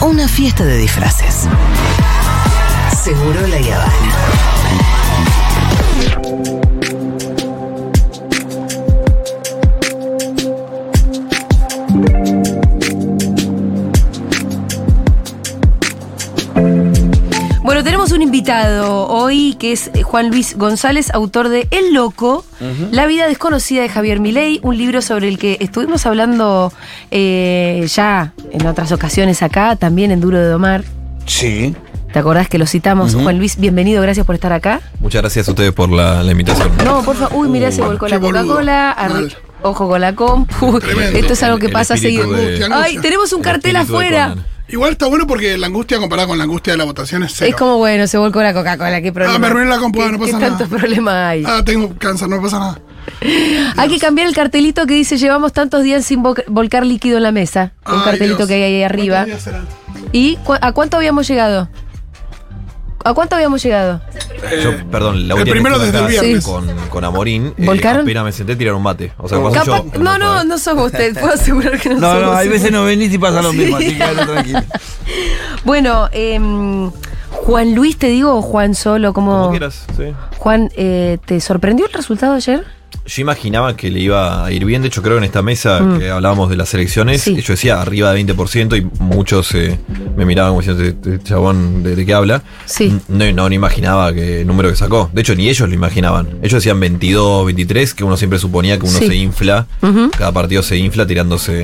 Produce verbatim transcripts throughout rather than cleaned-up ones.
una fiesta de disfraces. Seguro La Habana. Bueno, tenemos un invitado hoy que es Juan Luis González, autor de El Loco, uh-huh. La vida desconocida de Javier Milei, un libro sobre el que estuvimos hablando eh, ya en otras ocasiones acá, también en Duro de Domar. Sí. ¿Te acordás que lo citamos? Uh-huh. Juan Luis, bienvenido, gracias por estar acá. Muchas gracias a ustedes por la, la invitación. No, por favor, uy, mirá, uh, se volcó la Coca-Cola. Arri- ojo con la compu. Tremendo. Esto es algo que el, pasa seguido. Ay, tenemos un cartel afuera. Igual está bueno porque la angustia comparada con la angustia de la votación es cero. Es como, bueno, se volcó la Coca-Cola, qué problema. Ah, me arruiné la compu, no pasa nada. ¿Qué tantos problemas hay? Ah, tengo cáncer, no pasa nada. Hay que cambiar el cartelito que dice llevamos tantos días sin vo- volcar líquido en la mesa. Ay, un cartelito Dios. Que hay ahí arriba. ¿Y cu- a cuánto habíamos llegado? ¿A cuánto habíamos llegado? Eh, Yo, perdón, la el primero desde el viernes. Con, con Amorín, ¿volcaron? Eh, apenas me senté a tirar un mate. O sea, Capa- yo, no, no, no sos usted. Puedo asegurar que no, no sos No, no, hay usted. veces no venís y pasa lo mismo, así que quédate tranquilo. Bueno, eh, Juan Luis, te digo, Juan solo, como... Como quieras, sí. Juan, eh, ¿te sorprendió el resultado ayer? Yo imaginaba que le iba a ir bien. De hecho, creo que en esta mesa mm. que hablábamos de las elecciones, sí. yo decía arriba de veinte por ciento y muchos eh, me miraban como diciendo, este chabón, ¿de, de qué habla? Sí. No, no, no imaginaba que el número que sacó. De hecho, ni ellos lo imaginaban. Ellos decían veintidós, veintitrés, que uno siempre suponía que uno sí. se infla. Uh-huh. Cada partido se infla tirándose,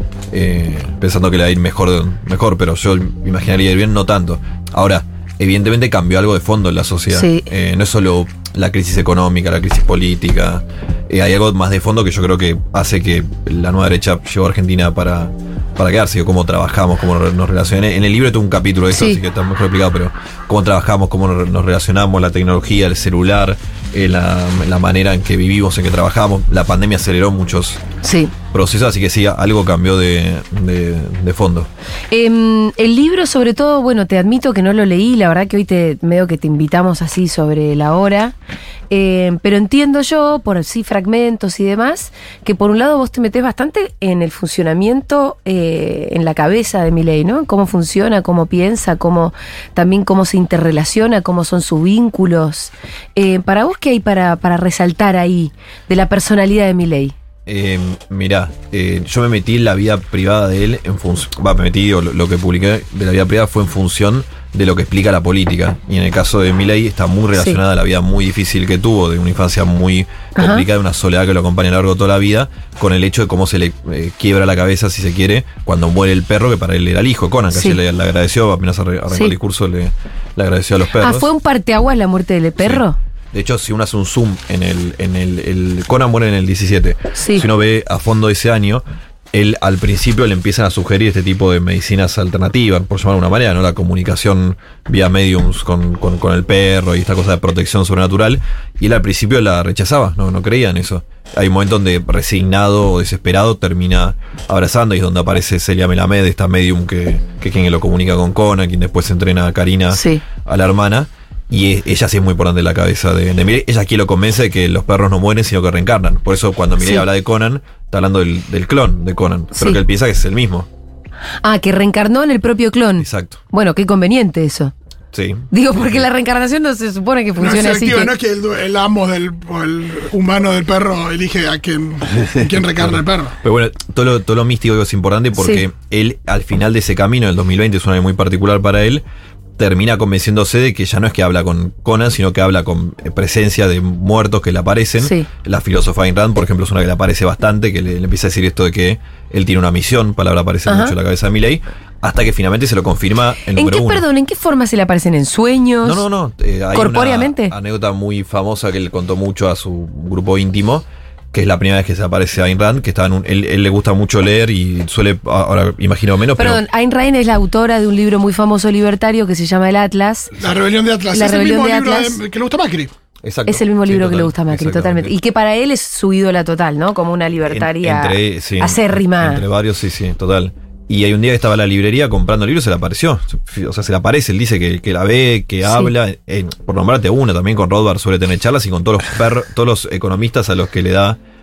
eh, pensando que le va a ir mejor, mejor, pero yo imaginaría ir bien, no tanto. Ahora, evidentemente cambió algo de fondo en la sociedad. Sí. Eh, no es solo la crisis económica, la crisis política. Eh, hay algo más de fondo que yo creo que hace que la nueva derecha llevó a Argentina para, para quedarse. Cómo trabajamos, cómo nos relacionamos. En el libro tengo un capítulo de eso, sí. así que está mejor explicado, pero cómo trabajamos, cómo nos relacionamos, la tecnología, el celular, eh, la, la manera en que vivimos, en que trabajamos. La pandemia aceleró muchos sí. procesos, así que sí, algo cambió de, de, de fondo. Eh, el libro, sobre todo, bueno, te admito que no lo leí, la verdad que hoy te veo que te invitamos así sobre la hora. Eh, pero entiendo yo, por sí fragmentos y demás, que por un lado vos te metés bastante en el funcionamiento eh, en la cabeza de Milei, ¿no? Cómo funciona, cómo piensa, cómo también cómo se interrelaciona, cómo son sus vínculos. Eh, para vos, ¿qué hay para, para resaltar ahí de la personalidad de Milei? Eh, mirá, eh, yo me metí en la vida privada de él en función. Va, me metí, o lo, lo que publiqué de la vida privada fue en función de lo que explica la política. Y en el caso de Milei está muy relacionada sí. a la vida muy difícil que tuvo, de una infancia muy Ajá. complicada, de una soledad que lo acompaña a lo largo de toda la vida, con el hecho de cómo se le eh, quiebra la cabeza, si se quiere, cuando muere el perro, que para él era el hijo, Conan, que sí. ayer le, le agradeció, apenas arrancó sí. el discurso, le, le agradeció a los perros. Ah, ¿fue un parteaguas la muerte del perro? Sí. De hecho, si uno hace un zoom en el, en el, el Conan muere en el diecisiete. Sí. Si uno ve a fondo ese año, él al principio le empiezan a sugerir este tipo de medicinas alternativas, por llamarlo de una manera, ¿no? La comunicación vía mediums con, con, con el perro y esta cosa de protección sobrenatural. Y él al principio la rechazaba, no, no creía en eso. Hay un momento donde resignado o desesperado termina abrazando y es donde aparece Celia Melamed, esta medium que, que es quien lo comunica con Conan, quien después entrena a Karina, sí. a la hermana. Y ella sí es muy importante en la cabeza de, de Milei. Ella aquí lo convence de que los perros no mueren, sino que reencarnan. Por eso cuando Milei sí. habla de Conan, está hablando del, del clon de Conan. Pero sí. que él piensa que es el mismo. Ah, que reencarnó en el propio clon. Exacto. Bueno, qué conveniente eso. Sí. Digo, porque la reencarnación no se supone que funcione no así. Que... No es que el, el amo del o el humano del perro elige a quién, quién reencarna el perro. Pero bueno, todo lo, todo lo místico es importante porque sí. él, al final de ese camino, el dos mil veinte es un año muy particular para él, termina convenciéndose de que ya no es que habla con Conan, sino que habla con presencia de muertos que le aparecen. Sí. La filósofa Ayn Rand, por ejemplo, es una que le aparece bastante, que le, le empieza a decir esto de que él tiene una misión, palabra aparece Ajá. mucho en la cabeza de Milei, hasta que finalmente se lo confirma el ¿En número qué, uno. Perdón, ¿en qué forma se le aparecen? ¿En sueños? No, no, no. Eh, hay ¿Corpóreamente? Una anécdota muy famosa que él contó mucho a su grupo íntimo, que es la primera vez que se aparece Ayn Rand, que está en un, él, él le gusta mucho leer y suele, ahora imagino menos, Perdón, pero... Ayn Rand es la autora de un libro muy famoso libertario que se llama El Atlas. La rebelión de Atlas. La es rebelión el mismo de libro Atlas. de, que le gusta a Macri. Exacto. Es el mismo libro sí, total, que le gusta a Macri, totalmente. Y que para él es su ídola total, ¿no? Como una libertaria en, entre, sí, acérrima. Entre varios, sí, sí, total. Y hay un día que estaba en la librería comprando libros, se le apareció. O sea, se le aparece, él dice que, que la ve, que sí. habla. Eh, por nombrarte una, también con Rothbard suele tener charlas y con todos los perros, todos los economistas a los que le da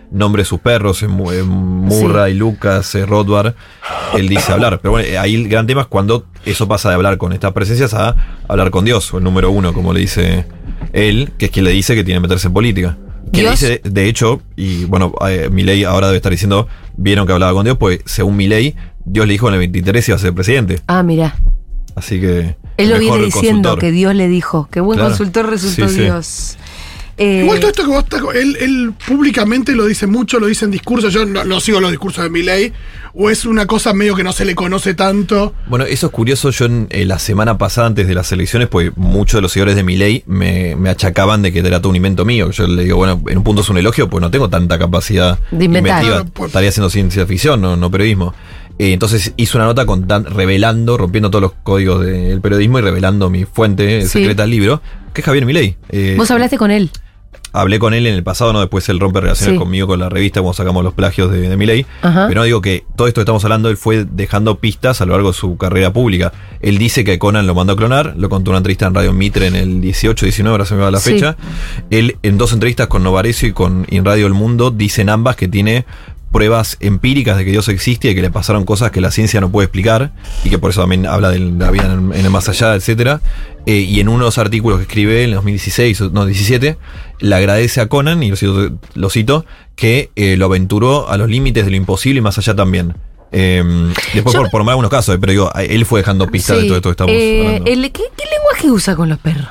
nombre sus perros, en Murray, sí. Lucas, Rothbard, él dice hablar. Pero bueno, ahí el gran tema es cuando eso pasa de hablar con estas presencias a hablar con Dios, o el número uno, como le dice él, que es quien le dice que tiene que meterse en política. Que le dice, de hecho, y bueno, eh, Milei ahora debe estar diciendo, vieron que hablaba con Dios, pues según Milei, Dios le dijo en el veintitrés iba a ser presidente. Ah, mirá. Así que... Él lo viene diciendo, que Dios le dijo. Qué buen claro. consultor resultó sí, Dios. Sí. Eh, Igual todo esto que vos estás, él, él públicamente lo dice mucho, lo dice en discursos. Yo no, no sigo los discursos de Milei, o es una cosa medio que no se le conoce tanto. Bueno, eso es curioso. Yo en, eh, la semana pasada, antes de las elecciones, pues muchos de los seguidores de Milei me, me achacaban de que era todo un invento mío. Yo le digo, bueno, en un punto es un elogio, pues no tengo tanta capacidad de inventar. inventiva. Claro, pues. Estaría haciendo ciencia ficción, no, no periodismo. Eh, entonces hice una nota con tan, revelando, rompiendo todos los códigos del periodismo y revelando mi fuente Sí. secreta del libro, que es Javier Milei. Eh, Vos hablaste con él. Hablé con él en el pasado, no después él rompe relaciones Sí. conmigo con la revista cuando sacamos los plagios de, de Milei. Ajá. Pero no digo que todo esto que estamos hablando, él fue dejando pistas a lo largo de su carrera pública. Él dice que Conan lo mandó a clonar, lo contó en una entrevista en Radio Mitre en el dieciocho, diecinueve, ahora se me va la Sí. fecha. Él en dos entrevistas con Novarecio y con In Radio El Mundo dicen ambas que tiene pruebas empíricas de que Dios existe y de que le pasaron cosas que la ciencia no puede explicar y que por eso también habla de la vida en el, en el más allá, etcétera. Eh, y en uno de los artículos que escribe en el dos mil dieciséis, no, diecisiete, le agradece a Conan, y lo cito, lo cito que eh, lo aventuró a los límites de lo imposible y más allá también. Eh, después, Yo por, por algunos casos, eh, pero digo, él fue dejando pistas Sí. de todo esto que estamos Eh, hablando. el- ¿qué, ¿Qué lenguaje usa con los perros?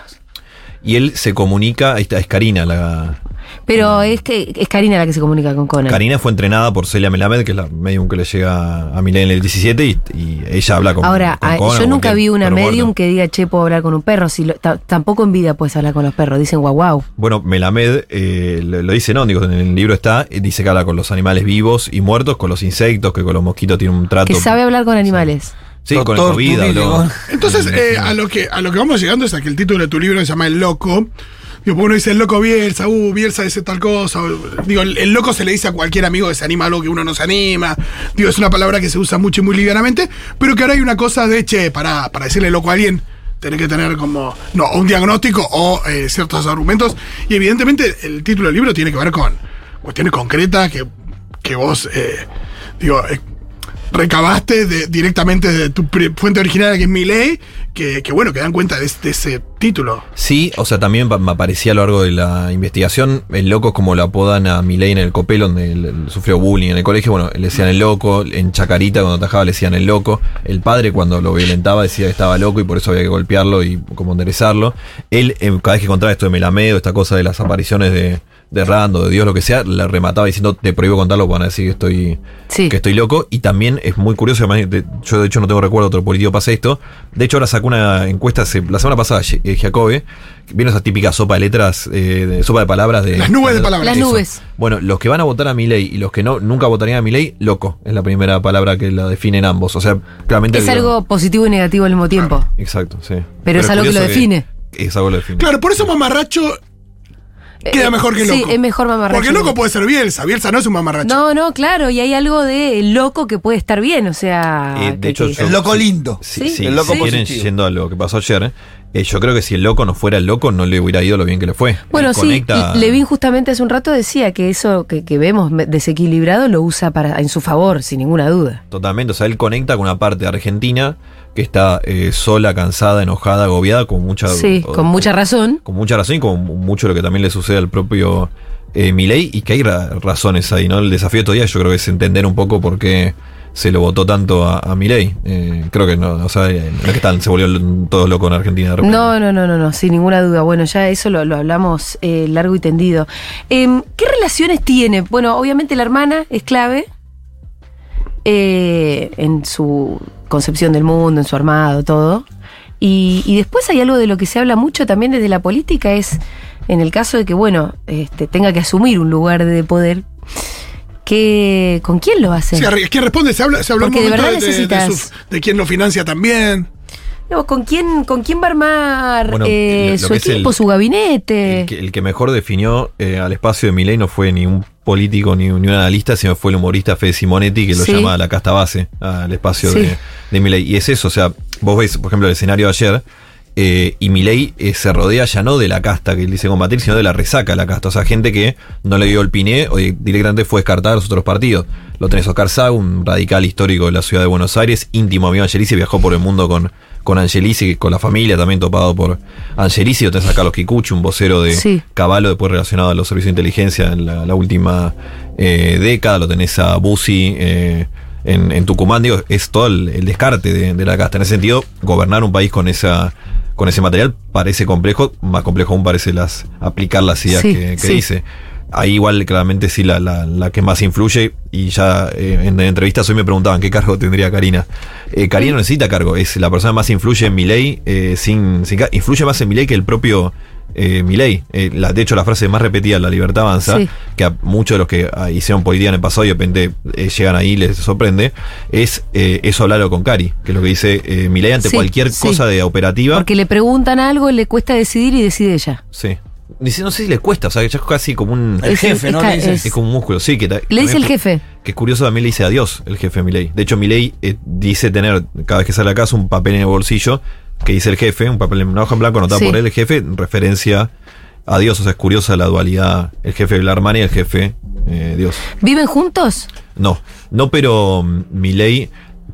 Y él se comunica, ahí está, es Karina, la... Pero es que es Karina la que se comunica con Conan. Karina fue entrenada por Celia Melamed, que es la medium que le llega a Milei en el diecisiete, y, y ella habla con Ahora, con a- Conan, yo con nunca cualquier vi una perro medium muerto. que diga, che, puedo hablar con un perro. Si lo- ta- tampoco en vida puedes hablar con los perros. Dicen guau guau. Bueno, Melamed eh, lo, lo dice, ¿no? Digo, en el libro está, eh, dice que habla con los animales vivos y muertos, con los insectos, que con los mosquitos tiene un trato. Que sabe hablar con animales. Sí, con el Doctor COVID Tulio. habló. Entonces, eh, a lo que a lo que vamos llegando es a que el título de tu libro se llama El Loco. Digo, porque uno dice el loco Bielsa, uh, Bielsa dice tal cosa. Digo, el, el loco se le dice a cualquier amigo que se anima a algo que uno no se anima. Digo, es una palabra que se usa mucho y muy livianamente, pero que ahora hay una cosa de, che, para, para decirle loco a alguien, tenés que tener como, no, o un diagnóstico o eh, ciertos argumentos. Y evidentemente el título del libro tiene que ver con cuestiones concretas que, que vos, eh, digo, eh, recabaste de, directamente de tu pre- fuente original, que es Milei, que, que bueno, que dan cuenta de, de ese título. Sí, o sea, también pa- me aparecía a lo largo de la investigación, el loco es como lo apodan a Milei en el Copelo, donde él, él sufrió bullying en el colegio, bueno, le decían el loco, en Chacarita cuando atajaba le decían el loco, el padre cuando lo violentaba decía que estaba loco y por eso había que golpearlo y como enderezarlo. Él, eh, cada vez que contaba esto de Melamed, esta cosa de las apariciones de, de Rando, de Dios, lo que sea, la remataba diciendo, te prohíbo contarlo, van a decir que estoy, Sí. que estoy loco. Y también es muy curioso, además, de- yo de hecho no tengo recuerdo otro político pase esto. De hecho ahora sacó una encuesta hace- la semana pasada, eh, Jacobe, vino esa típica sopa de letras, eh, de, sopa de palabras de... Las nubes de palabras. Las Eso. nubes. Bueno, los que van a votar a Milei y los que no nunca votarían a Milei, loco, es la primera palabra que la definen ambos. O sea, claramente... Es el- algo positivo y negativo al mismo tiempo. Exacto, sí. Pero es algo que lo curioso define. Es algo que lo define. Claro, por eso mamarracho queda Eh, mejor que sí, loco. es mejor mamarracho. Porque loco puede ser Bielsa. Bielsa no es un mamarracho. No, no, claro, y hay algo de loco que puede estar bien, o sea... Eh, de que- hecho, que- yo- El loco lindo. Sí, Sí, sí, el loco si quieren, positivo. yendo a lo que pasó ayer, eh, yo creo que si el loco no fuera el loco, no le hubiera ido lo bien que le fue. Bueno, Él sí, conecta- y Levin justamente hace un rato decía que eso que, que vemos me- desequilibrado lo usa para en su favor, sin ninguna duda. Totalmente, o sea, él conecta con una parte de Argentina que está eh, sola, cansada, enojada, agobiada, con mucha... Sí, o- con mucha razón. Con mucha razón y con mucho de lo que también le sucede al propio eh, Milei, y que hay ra- razones ahí, ¿no? El desafío todavía yo creo que es entender un poco por qué se lo votó tanto a, a Milei. Eh, creo que no, o sea, eh, no es que están, se volvió todos locos en Argentina de repente. No, no, no, no, no, sin ninguna duda. Bueno, ya eso lo, lo hablamos eh, largo y tendido. Em, ¿Qué relaciones tiene? Bueno, obviamente la hermana es clave eh, en su concepción del mundo, en su armado, todo. Y, y después hay algo de lo que se habla mucho también desde la política, es en el caso de que, bueno, este, tenga que asumir un lugar de poder, que, ¿con quién lo va a hacer? Sí, arri- ¿quién responde? Se habla, se habló un Porque de momento verdad de, de- de necesitas- su- de quién lo financia también. No, ¿con quién, ¿Con quién va a armar Bueno, eh, lo- lo su que es equipo, el- su gabinete? El que, el que mejor definió eh, al espacio de Milei no fue ni un político ni, un- ni un analista, sino fue el humorista Fede Simonetti, que lo Sí. llama la casta base al espacio Sí. de, de Milei. Y es eso, o sea, vos ves, por ejemplo, el escenario de ayer, Eh, y Milei eh, se rodea ya no de la casta que él dice combatir, sino de la resaca de la casta. O sea, gente que no le dio el piné o directamente fue descartada de los otros partidos. Lo tenés Oscar Sago, un radical histórico de la ciudad de Buenos Aires, íntimo amigo de Angelici, viajó por el mundo con, con Angelici, con la familia también topado por Angelici. Lo tenés a Carlos Kikuchi, un vocero de sí. Cavallo, después relacionado a los servicios de inteligencia en la, la última eh, década. Lo tenés a Bussi eh, en, en Tucumán. Digo, es todo el, el descarte de, de la casta. En ese sentido, gobernar un país con esa... con ese material parece complejo, más complejo aún parece las aplicar las ideas sí, que, que sí. dice. Ahí igual claramente sí la, la, la que más influye, y ya eh, en, en entrevistas hoy me preguntaban qué cargo tendría Karina. Eh, Karina no necesita cargo, es la persona más influye en Milei, eh, sin, sin influye más en Milei que el propio eh, Milei. Eh, la, de hecho la frase más repetida, la libertad avanza, sí. que a muchos de los que ah, hicieron política en el pasado y de repente eh, llegan ahí y les sorprende, es eh, eso hablarlo con Cari, que es lo que dice eh, Milei ante sí, cualquier sí. cosa de operativa. Porque le preguntan algo, le cuesta decidir y decide ella. Sí. Dice, no sé si le cuesta, o sea, que ya es casi como un... El jefe, es, ¿no? Es, es, es como un músculo, sí. Que le dice el jefe. Que es curioso, también le dice adiós el jefe Milei. De hecho, Milei eh, dice tener, cada vez que sale a casa, un papel en el bolsillo que dice el jefe, un papel en una hoja en blanco anotado sí. por él, el jefe, en referencia a Dios. O sea, es curiosa la dualidad, el jefe Blarmani y el jefe eh, Dios. ¿Viven juntos? No, no, pero um, Milei...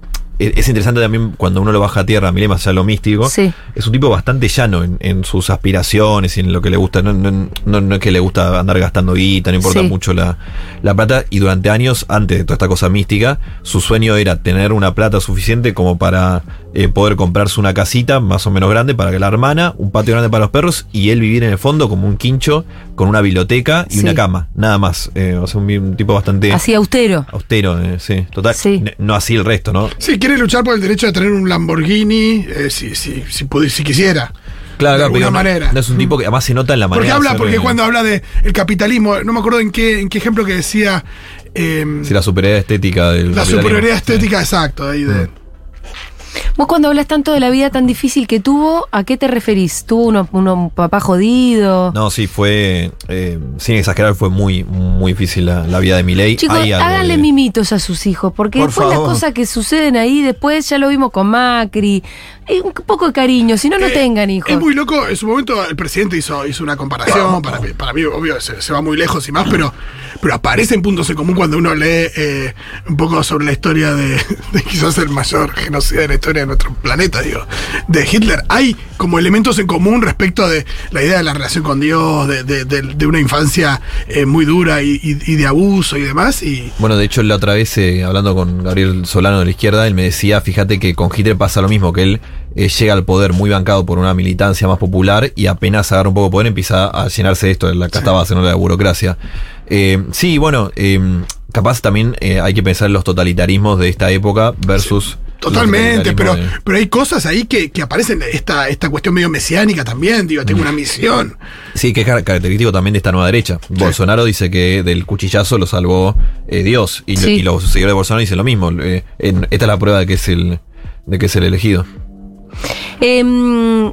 Es interesante también cuando uno lo baja a tierra, Milei, más allá de lo místico, sí. es un tipo bastante llano en, en sus aspiraciones y en lo que le gusta. No, no, no, no es que le gusta andar gastando guita, no importa sí. mucho la, la plata. Y durante años, antes de toda esta cosa mística, su sueño era tener una plata suficiente como para eh, poder comprarse una casita más o menos grande para que la hermana, un patio grande para los perros, y él vivir en el fondo como un quincho con una biblioteca y sí. una cama, nada más. Eh, o sea, un, un tipo bastante... Así austero. Austero, eh, sí, total. Sí. No así el resto, ¿no? Sí, quiere luchar por el derecho de tener un Lamborghini eh, si, si, si, si quisiera. Claro, de claro, alguna no, manera. No es un tipo que además se nota en la manera. Porque habla, de porque hacer, cuando habla de el capitalismo, no me acuerdo en qué, en qué ejemplo que decía. Eh, sí, la superioridad estética del La superioridad estética, sí. exacto, ahí de. Mm. Vos cuando hablas tanto de la vida tan difícil que tuvo, ¿a qué te referís? ¿Tuvo uno, uno, un papá jodido? No, sí, fue, eh, sin exagerar, fue muy, muy difícil la, la vida de Milei. Chicos, háganle de... mimitos a sus hijos, porque Por después favor. las cosas que suceden ahí, después ya lo vimos con Macri, eh, un poco de cariño, si no, no eh, tengan hijos. Es muy loco, en su momento el presidente hizo, hizo una comparación, para mí, para mí obvio, se, se va muy lejos y más, pero, pero aparecen puntos en común cuando uno lee eh, un poco sobre la historia de, de quizás el mayor genocida de la historia de nuestro planeta, digo, de Hitler. Hay como elementos en común respecto de la idea de la relación con Dios, de, de, de, de una infancia eh, muy dura y, y, y de abuso y demás. Y bueno, de hecho, la otra vez, eh, hablando con Gabriel Solano de la izquierda, él me decía, fíjate que con Hitler pasa lo mismo, que él eh, llega al poder muy bancado por una militancia más popular y apenas agarra un poco de poder empieza a llenarse de esto, de la casta base, no de la burocracia. Eh, sí, bueno, eh, capaz también eh, hay que pensar en los totalitarismos de esta época versus... Sí. Totalmente, pero, de... pero hay cosas ahí que, que aparecen, esta, esta cuestión medio mesiánica también, digo, tengo mm. una misión. Sí, que es característico también de esta nueva derecha. Sí. Bolsonaro dice que del cuchillazo lo salvó eh, Dios, y, sí. y los seguidores de Bolsonaro dicen lo mismo. Eh, en, esta es la prueba de que es el, de que es el elegido. Eh,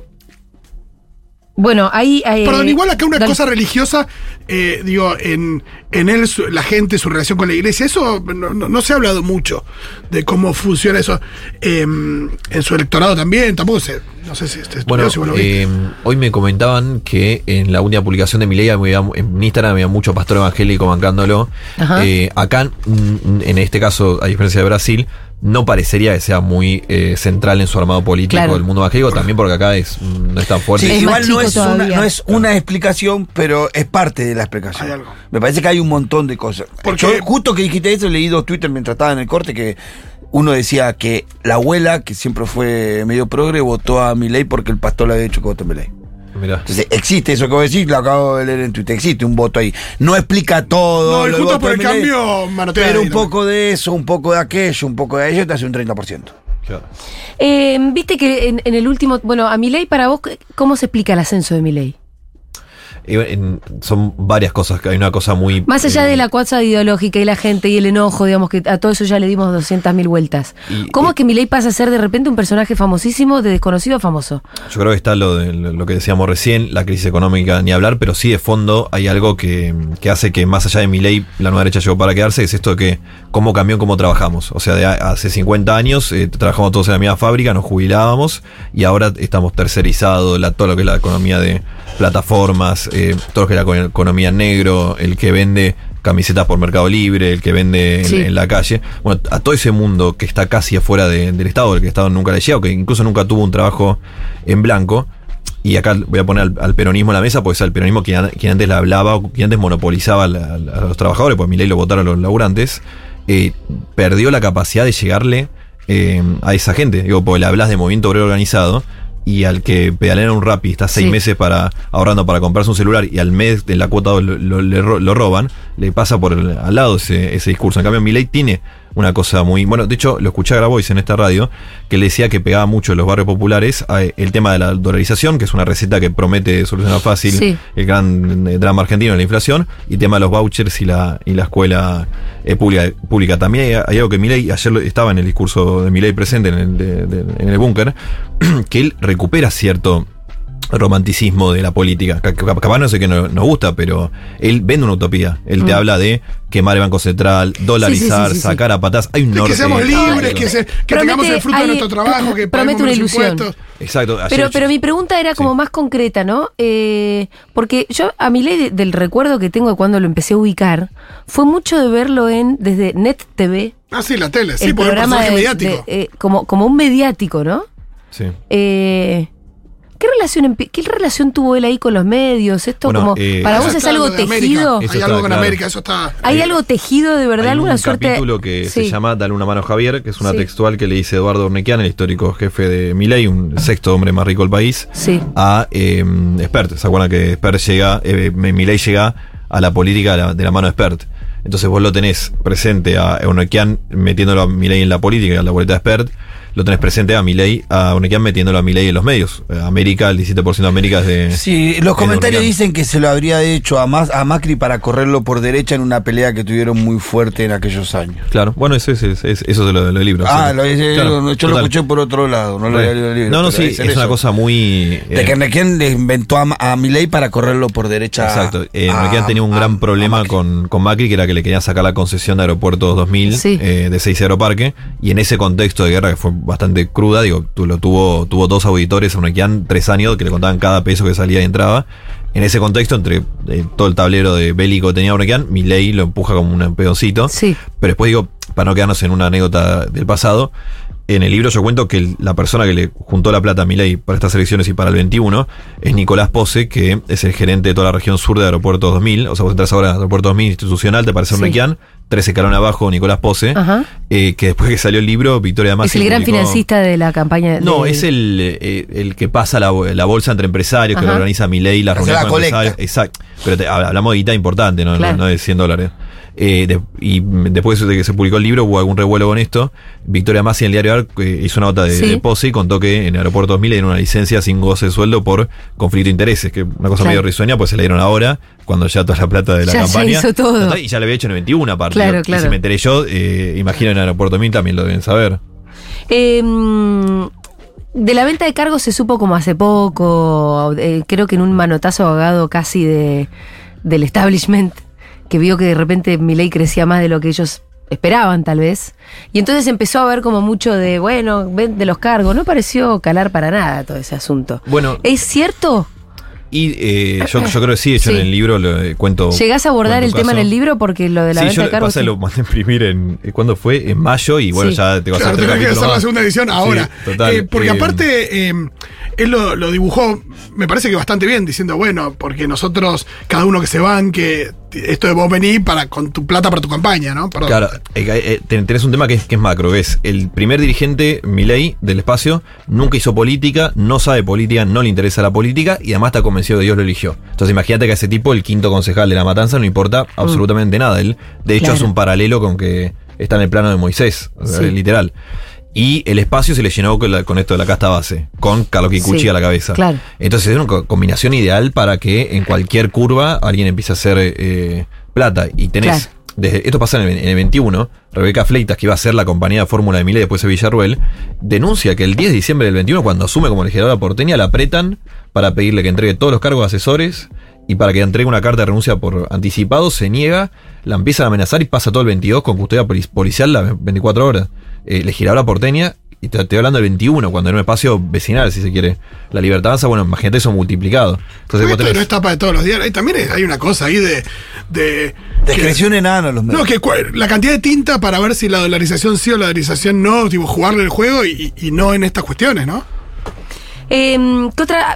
Bueno, ahí... Eh, Perdón, igual acá una dale. cosa religiosa, eh, digo, en, en él, su, la gente, su relación con la iglesia, eso no, no, no se ha hablado mucho de cómo funciona eso. Eh, en su electorado también, tampoco sé, no sé si este bueno, si vos lo eh, hoy me comentaban que en la última publicación de Milei había, en Instagram había mucho pastor evangélico bancándolo. Eh, acá, en este caso, a diferencia de Brasil, no parecería que sea muy eh, central en su armado político claro. del mundo evangélico, también porque acá es, no es tan fuerte. Sí, es igual no es, una, no es claro. una explicación, pero es parte de la explicación. Hay algo. Me parece que hay un montón de cosas. Porque Yo, justo que dijiste eso, leí dos Twitter mientras estaba en el corte que uno decía que la abuela, que siempre fue medio progre, votó a Milei porque el pastor le había dicho que votó a Milei. Mirá. Entonces, existe eso que vos decís, lo acabo de leer en Twitter, existe un voto ahí. No explica todo. No, y justo por el Milei, cambio, manotea pero ahí, un ¿no? poco de eso, un poco de aquello, un poco de ello, te hace un treinta por ciento. Claro. Eh, Viste que en, en el último... Bueno, a Milei, para vos, ¿cómo se explica el ascenso de Milei? eh, en- son varias cosas, que hay una cosa muy... Más allá eh, de la cuatza ideológica y la gente y el enojo, digamos que a todo eso ya le dimos doscientas mil vueltas. Y- ¿Cómo y- es que Milei pasa a ser de repente un personaje famosísimo, de desconocido a famoso? Yo creo que está lo, de, lo que decíamos recién, la crisis económica ni hablar, pero sí de fondo hay algo que, que hace que más allá de Milei la nueva derecha llegó para quedarse, es esto de que cómo cambió en cómo trabajamos. O sea, de a- hace cincuenta años eh, trabajamos todos en la misma fábrica, nos jubilábamos y ahora estamos tercerizados, la, todo lo que es la economía de plataformas, eh, todo lo que es la co- economía en negro, el que vende camisetas por Mercado Libre, el que vende en, Sí. en la calle. Bueno, a todo ese mundo que está casi afuera de- del Estado, el que el Estado nunca le llega, o que incluso nunca tuvo un trabajo en blanco. Y acá voy a poner al, al peronismo en la mesa, porque es el peronismo quien, quien antes le hablaba, o quien antes monopolizaba a, la- a los trabajadores, pues Milei lo votaron los laburantes, eh, perdió la capacidad de llegarle eh, a esa gente. Digo, porque le hablas de movimiento obrero organizado, y al que pedalea en un Rappi está seis Sí. meses para ahorrando para comprarse un celular y al mes de la cuota lo, lo- le ro- lo roban, le pasa por el- al lado ese, ese discurso. En cambio, Milei tiene una cosa muy... Bueno, de hecho, lo escuché a Grabois en esta radio, que le decía que pegaba mucho en los barrios populares a el tema de la dolarización, que es una receta que promete solucionar fácil Sí. el gran eh, drama argentino de la inflación, y el tema de los vouchers y la, y la escuela eh, pública, pública. También hay, hay algo que Milei, ayer lo- estaba en el discurso de Milei presente en el, de- de- en el búnker, que él recupera cierto romanticismo de la política. Ca- ca- Capaz no sé qué no- nos gusta, pero él vende una utopía. Él te Mm. habla de quemar el Banco Central, dolarizar, sí, sí, sí. sacar a patas. Hay un De norte. que seamos libres, que, se- que Promete- tengamos el fruto hay- de nuestro trabajo, que promete paguemos una los ilusión. impuestos. Exacto. ayer- Pero, pero mi pregunta era como Sí. más concreta, ¿no? Eh, porque yo, a Milei, de- del recuerdo que tengo de cuando lo empecé a ubicar, fue mucho de verlo en desde Net T V, Ah, sí, la tele, sí, el por el programa personaje de- mediático. de, eh, como, como un mediático, ¿no? Sí. Eh, ¿qué, relación, empe- ¿Qué relación tuvo él ahí con los medios? Esto Bueno, como, eh, ¿para Eso vos es está algo lo de América. tejido? Eso Hay está algo con claro. América, eso está. ¿Hay eh, algo tejido de verdad? Hay ¿Alguna un suerte? capítulo que se Sí. llama Dale una mano Javier, que es una Sí. textual que le dice Eduardo Urnequian, el histórico jefe de Milei, un sexto hombre más rico del país, Sí. a eh, Spert. ¿Se acuerdan que Spert llega, eh, Milei llega a la política de la, de la mano de Spert? Entonces vos lo tenés presente a Urnequian metiéndolo a Milei en la política, en la boleta de Spert. Lo tenés presente a Milei, a Urnequian metiéndolo a Milei en los medios. Eh, América, el diecisiete por ciento de América es de... Sí, los es comentarios de Urnequian. dicen que se lo habría hecho a, Mas- a Macri para correrlo por derecha en una pelea que tuvieron muy fuerte en aquellos años. Claro, bueno, eso es, es- es- eso es de lo, de lo del libro. Ah, sí. lo, yo Claro, lo- yo lo total. escuché por otro lado, no lo había leído el libro. No, no, pero sí, dicen es una eso. cosa muy... De eh, que Nequén le inventó a, Ma- a Milei para correrlo por derecha. Exacto. Eh, a- Urnequian tenía un a- gran a problema Macri. con, con Macri, que era que le querían sacar la concesión de Aeropuertos dos mil Sí. eh, de Seis Aeroparque. Y en ese contexto de guerra, que fue bastante cruda, digo, tu- lo tuvo, tuvo dos auditores, Urnequian, tres años, que le contaban cada peso que salía y entraba. En ese contexto, entre eh, todo el tablero de bélico que tenía Urnequian, Milei lo empuja como un pedoncito. Sí. Pero después digo, para no quedarnos en una anécdota del pasado, en el libro yo cuento que el- la persona que le juntó la plata a Milei para estas elecciones y para el veintiuno es Nicolás Pose, que es el gerente de toda la región sur de Aeropuertos dos mil. O sea, vos entras ahora a Aeropuertos dos mil institucional, te parece Sí. Urnequian, tres escalones abajo Nicolás Pose, Ajá. eh, que después que salió el libro, Victoria Es Massi el gran publicó- financista de la campaña. No, de- es el, eh, el que pasa la, la bolsa entre empresarios, que Ajá. lo organiza Milei, las Hace reuniones la con colecta. empresarios. Exacto. Pero te- hablamos de guita importante, ¿no? Claro. No, no de cien dólares. Eh, de- y después de que se publicó el libro hubo algún revuelo con esto. Victoria Massi en el diario A R eh, hizo una nota de, Sí. de Pose y contó que en Aeropuerto dos mil le dieron una licencia sin goce de sueldo por conflicto de intereses, que una cosa Claro. medio risueña, pues se la dieron ahora, cuando ya toda la plata de la Ya se campaña. hizo todo. Y ya lo había hecho en el veintiuno aparte. Claro, Y claro. si me enteré yo, eh, imagino en Aeropuerto dos mil también lo deben saber. Eh, mm, de la venta de cargos se supo como hace poco, eh, creo que en un manotazo ahogado casi de, del establishment, que vio que de repente Milei crecía más de lo que ellos esperaban tal vez. Y entonces empezó a ver como mucho de, bueno, vende los cargos. No pareció calar para nada todo ese asunto. Bueno, ¿Es cierto? y eh, yo, yo creo que sí, de hecho Sí. en el libro lo eh, cuento. ¿Llegás a abordar cuento el tema en caso. el libro? Porque lo de la Sí, venta yo de cargos... pasa sí. lo mandé a imprimir en. eh, ¿Cuándo fue? En mayo, y bueno, Sí. ya te vas a Claro, hacer tres tenés que capítulos hacer la más. segunda edición ahora. Sí, total. Eh, porque Eh, aparte, eh, él lo, lo dibujó, me parece que bastante bien, diciendo, bueno, porque nosotros, cada uno que se banque, esto de vos venís para, con tu plata para tu campaña, ¿no? Perdón. Claro, eh, eh, ten- tenés un tema que es, que es macro, que es el primer dirigente, Milei, del espacio, nunca hizo política, no sabe política, no le interesa la política y además está convencido que Dios lo eligió. Entonces imagínate que a ese tipo, el quinto concejal de La Matanza, no importa absolutamente nada. Él, de hecho, Claro. es un paralelo con que está en el plano de Moisés, o sea, Sí. literal. Y el espacio se le llenó con, la, con esto de la casta base, con Carlo Kikuchi Sí, a la cabeza. claro. Entonces es una co- combinación ideal para que en cualquier curva alguien empiece a hacer eh, plata. Y tenés, Claro. desde, esto pasa en el, en el veintiuno, Rebeca Fleitas, que iba a ser la compañía de fórmula de Milei después de Villarruel, denuncia que el diez de diciembre del veintiuno, cuando asume como legisladora porteña, la apretan para pedirle que entregue todos los cargos de asesores y para que entregue una carta de renuncia por anticipado, se niega, la empiezan a amenazar y pasa todo el veintidós con custodia polic- policial las veinticuatro horas. Eh, legisladora porteña, y te estoy hablando del veintiuno, cuando era un espacio vecinal, si se quiere. La Libertad Avanza, bueno, imagínate eso multiplicado. Entonces, vos Esto tenés- no es tapa de todos los días. Ahí también es- hay una cosa ahí de. de Descreción enana los que, medios. no, que cua- la cantidad de tinta para ver si la dolarización sí o la dolarización no, tipo, jugarle el juego y, y no en estas cuestiones, ¿no? Eh, ¿Qué otra?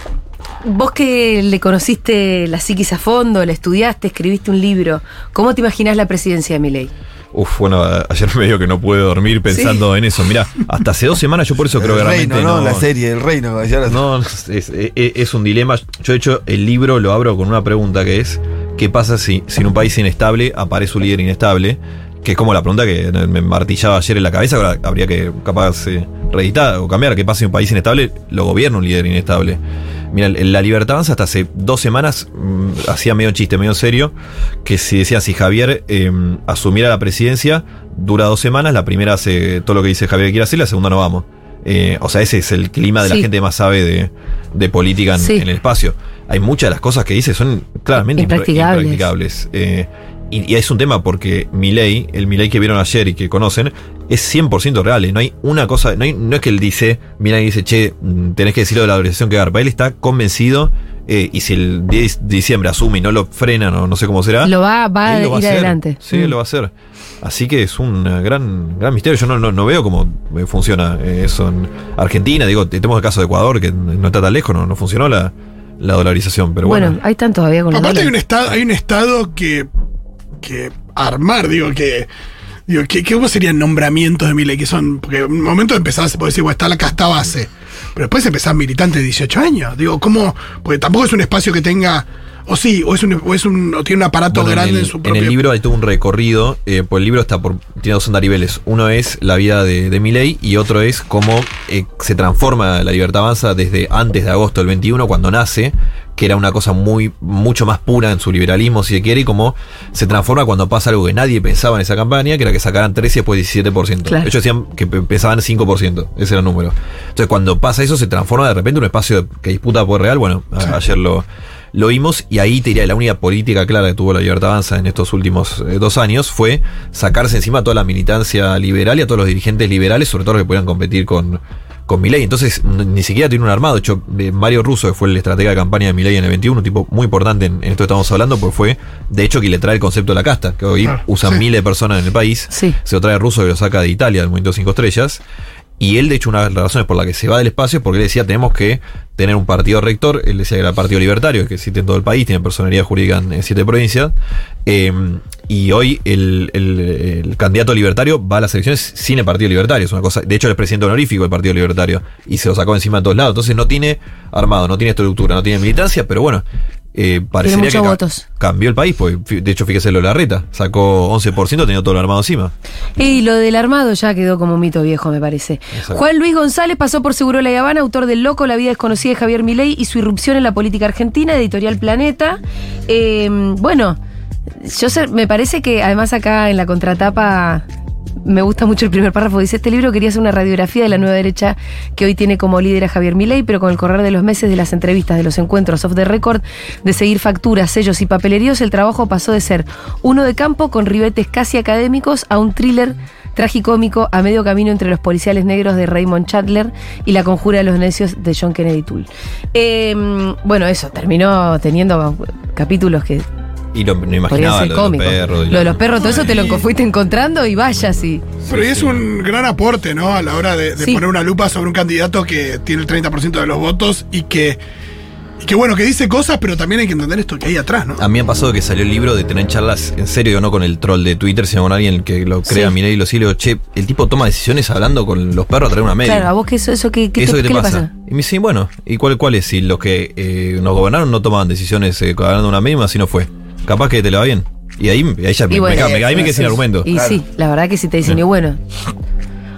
Vos que le conociste la psiquis a fondo, la estudiaste, escribiste un libro, ¿cómo te imaginás la presidencia de Milei? Uf, bueno, a- ayer me dijo que no pude dormir pensando en eso. Mira, hasta hace dos semanas yo por eso creo que el realmente reino, ¿no? no. La serie, el reino. ya la- No, es, es- es un dilema. Yo, de hecho, el libro lo abro con una pregunta que es: ¿qué pasa si, si en un país inestable aparece un líder inestable? Que es como la pregunta que me martillaba ayer en la cabeza, ahora habría que capaz eh, reeditar o cambiar. ¿Qué pasa si un país inestable lo gobierna un líder inestable? Mira, el- la Libertad Avanza hasta hace dos semanas mm, hacía medio chiste, medio serio, que si decían si Javier eh, asumiera la presidencia, dura dos semanas, la primera hace todo lo que dice Javier que quiere hacer, la segunda no vamos. Eh, o sea, ese es el clima de Sí. la gente más sabe de, de política en, Sí. en el espacio. Hay muchas de las cosas que dice son claramente impra- Impracticables. impracticables. Eh, y, y es un tema porque Milei, el Milei que vieron ayer y que conocen, es cien por ciento real. Y no hay una cosa, no, hay- no es que él dice, Milei dice, che, mm, tenés que decirlo de la dolarización que garpa. Él está convencido, eh, y si el diez de diciembre asume y no lo frenan o no sé cómo será, Lo va, va a él lo va ir a hacer. adelante. Sí, Mm. él lo va a hacer. Así que es un eh, gran, gran misterio. Yo no, no, no veo cómo eh, funciona eh, eso en Argentina. Digo, tenemos el caso de Ecuador, que no está tan lejos, no, no funcionó la, la dolarización. Pero bueno, Bueno, ahí están todavía con los Aparte hay un dólares. estado, hay un estado que, que armar, digo, que. Digo, ¿qué, qué ¿cómo serían nombramientos de Milei? Que son. Porque en un momento empezás, se puede decir, bueno, está la casta base. Pero después empezás militante de dieciocho años. Digo, ¿cómo? Porque tampoco es un espacio que tenga. O sí, o es un, o es un, o tiene un aparato Bueno, grande en en, el, su en propio. el libro hay todo un recorrido, eh, pues el libro está por, tiene dos andariveles. Uno es la vida de, de Milei y otro es cómo eh, se transforma la Libertad Avanza desde antes de agosto del veintiuno, cuando nace, que era una cosa muy mucho más pura en su liberalismo, si se quiere, y cómo se transforma cuando pasa algo que nadie pensaba en esa campaña, que era que sacaran trece y después diecisiete por ciento. Claro. Ellos decían que pe- pensaban cinco por ciento, ese era el número. Entonces cuando pasa eso se transforma de repente en un espacio que disputa poder real. Bueno, a- ayer lo... Lo vimos y ahí te diría, la única política clara que tuvo la Libertad Avanza en estos últimos eh, dos años fue sacarse encima a toda la militancia liberal y a todos los dirigentes liberales, sobre todo los que pudieran competir con, con Milei. Entonces n- ni siquiera tiene un armado. De hecho, de Mario Russo, que fue el estratega de campaña de Milei en el veintiuno, un tipo muy importante en, en esto que estamos hablando, pues fue de hecho que le trae el concepto de la casta, que hoy Claro, usan sí. miles de personas en el país. Sí. Se lo trae Russo, que lo saca de Italia, del Movimiento Cinco Estrellas. Y él, de hecho, una de las razones por la que se va del espacio es porque él decía, tenemos que tener un partido rector. Él decía que era el Partido Libertario, que existe en todo el país, tiene personería jurídica en, en siete provincias. Eh, y hoy el, el- el candidato libertario va a las elecciones sin el Partido Libertario. Es una cosa. De hecho, él es presidente honorífico del Partido Libertario y se lo sacó encima de todos lados. Entonces no tiene armado, no tiene estructura, no tiene militancia, pero bueno. Eh, parecería muchos que ca- votos. cambió el país, porque fi- de hecho fíjese lo de Larreta, sacó once por ciento, tenía todo lo armado encima. Y lo del armado ya quedó como un mito viejo, me parece. Exacto. Juan Luis González pasó por Seguro La Habana, autor del Loco, La vida desconocida de Javier Milei y su irrupción en la política argentina, editorial Planeta. Eh, bueno, yo sé- me parece que además acá en la contratapa me gusta mucho el primer párrafo. Dice, este libro quería hacer una radiografía de la nueva derecha que hoy tiene como líder a Javier Milei, pero con el correr de los meses, de las entrevistas, de los encuentros off the record, de seguir facturas, sellos y papeleríos, el trabajo pasó de ser uno de campo con ribetes casi académicos a un thriller tragicómico a medio camino entre Los policiales negros de Raymond Chandler y La conjura de los necios de John Kennedy Toole. Eh, bueno, eso, terminó teniendo capítulos que Y lo, no podrían imaginaba ser lo de los cómicos. perros. y Lo de la- los perros, todo eso te lo fuiste encontrando y vaya así. Pero y es un gran aporte, ¿no? A la hora de, de Sí. poner una lupa sobre un candidato que tiene el treinta por ciento de los votos y que, y que, bueno, que dice cosas, pero también hay que entender esto que hay atrás, ¿no? A mí me ha pasado que salió el libro de tener charlas en serio, no con el troll de Twitter, sino con alguien que lo crea, Sí. Milei y lo sigue, le digo, che, el tipo toma decisiones hablando con los perros a traer una media. Claro, a vos que eso, eso ¿qué, qué ¿Eso te, qué te qué le pasa? pasa? Y me dice, bueno, ¿y cuál, cuál es? Si los que eh, nos gobernaron no tomaban decisiones eh, ganando una media, así no fue. Capaz que te la va bien. Y ahí, ahí ya Y me, bueno, me, ca- me, ahí me quedé sin argumento. Y Claro. sí, la verdad que si te dicen, Sí. y bueno.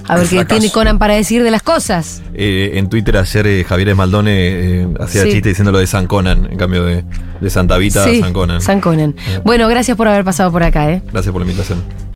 A ver El qué fracaso. tiene Conan para decir de las cosas. Eh, en Twitter ayer eh, Javier Esmaldone eh, hacía Sí. chiste diciendo lo de San Conan, en cambio de, de Santa Vita Sí, a San Conan. San Conan. Bueno, gracias por haber pasado por acá, ¿eh? Gracias por la invitación.